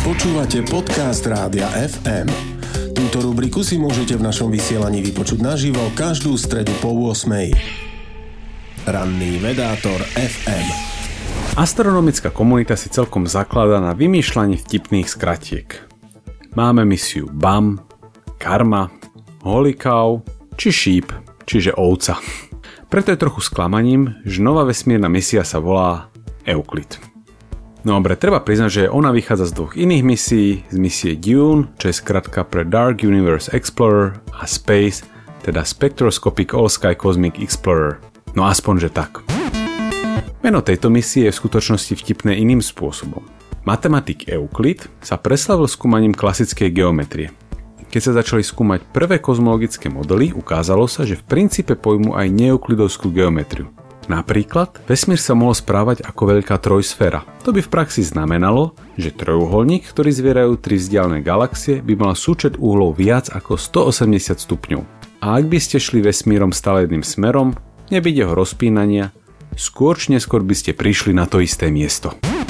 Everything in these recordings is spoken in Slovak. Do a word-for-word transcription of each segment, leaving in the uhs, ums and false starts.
Počúvate podcast Rádia ef em. Túto rubriku si môžete v našom vysielaní vypočuť naživo každú stredu po ôsmej. Ranný vedátor ef em. Astronomická komunita si celkom zakladá na vymýšľaní vtipných skratiek. Máme misiu BAM, Karma, Holy Cow či Sheep, čiže ovca. Preto je trochu sklamaním, že nová vesmírna misia sa volá Euclid. No dobre, treba priznať, že ona vychádza z dvoch iných misií, z misie Dune, čo je skratka pre Dark Universe Explorer, a Space, teda Spectroscopic All-Sky Cosmic Explorer. No aspoň, že tak. Meno tejto misie je v skutočnosti vtipné iným spôsobom. Matematik Euclid sa preslavil skúmaním klasickej geometrie. Keď sa začali skúmať prvé kozmologické modely, ukázalo sa, že v princípe pojmú aj neuklidovskú geometriu. Napríklad, vesmír sa mohol správať ako veľká trojsféra. To by v praxi znamenalo, že trojuholník, ktorý zvierajú tri vzdialené galaxie, by mal súčet uhlov viac ako stoosemdesiat stupňov. A ak by ste šli vesmírom stále jedným smerom, nebyť jeho rozpínania, skôr či neskôr by ste prišli na to isté miesto.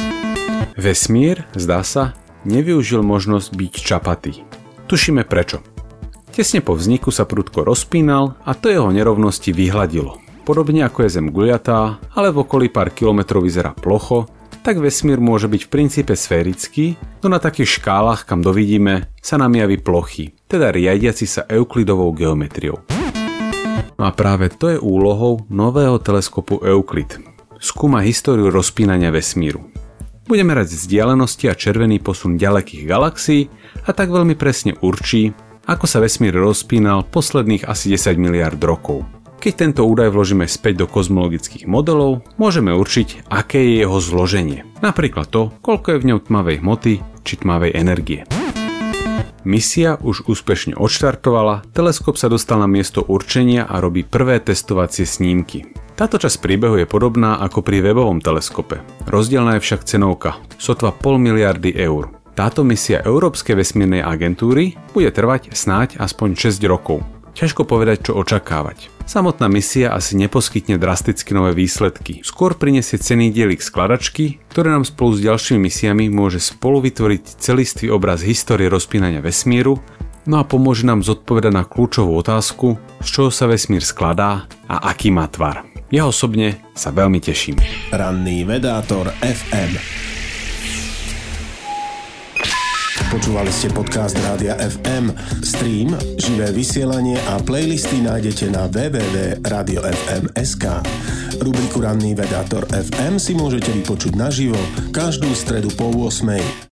Vesmír, zdá sa, nevyužil možnosť byť čapatý. Tušíme prečo. Tesne po vzniku sa prudko rozpínal a to jeho nerovnosti vyhladilo. Podobne ako je Zem guľatá, ale v okolí pár kilometrov vyzerá plocho, tak vesmír môže byť v princípe sférický, no na takých škálach, kam dovidíme, sa nám javí plochý, teda riadiaci sa euklidovou geometriou. No a práve to je úlohou nového teleskopu Euclid. Skúma históriu rozpínania vesmíru. Bude merať vzdialenosti a červený posun ďalekých galaxií a tak veľmi presne určí, ako sa vesmír rozpínal posledných asi desať miliárd rokov. Keď tento údaj vložíme späť do kozmologických modelov, môžeme určiť, aké je jeho zloženie. Napríklad to, koľko je v ňom tmavej hmoty či tmavej energie. Misia už úspešne odštartovala, teleskop sa dostal na miesto určenia a robí prvé testovacie snímky. Táto časť príbehu je podobná ako pri webovom teleskope. Rozdielna je však cenovka, sotva pol miliardy eur. Táto misia Európskej vesmírnej agentúry bude trvať snáď aspoň šesť rokov. Ťažko povedať, čo očakávať. Samotná misia asi neposkytne drasticky nové výsledky. Skôr prinesie cenný dielik skladačky, ktoré nám spolu s ďalšími misiami môže spolu vytvoriť celistvý obraz histórie rozpínania vesmíru, no a pomôže nám zodpovedať na kľúčovú otázku, z čoho sa vesmír skladá a aký má tvar. Ja osobne sa veľmi teším. Ranný vedátor ef em. Počúvali ste podcast Rádia ef em. Stream, živé vysielanie a playlisty nájdete na w w w bodka radio ef em bodka es ká. Rubriku Ranný vedátor ef em si môžete vypočuť naživo každú stredu po ôsmej.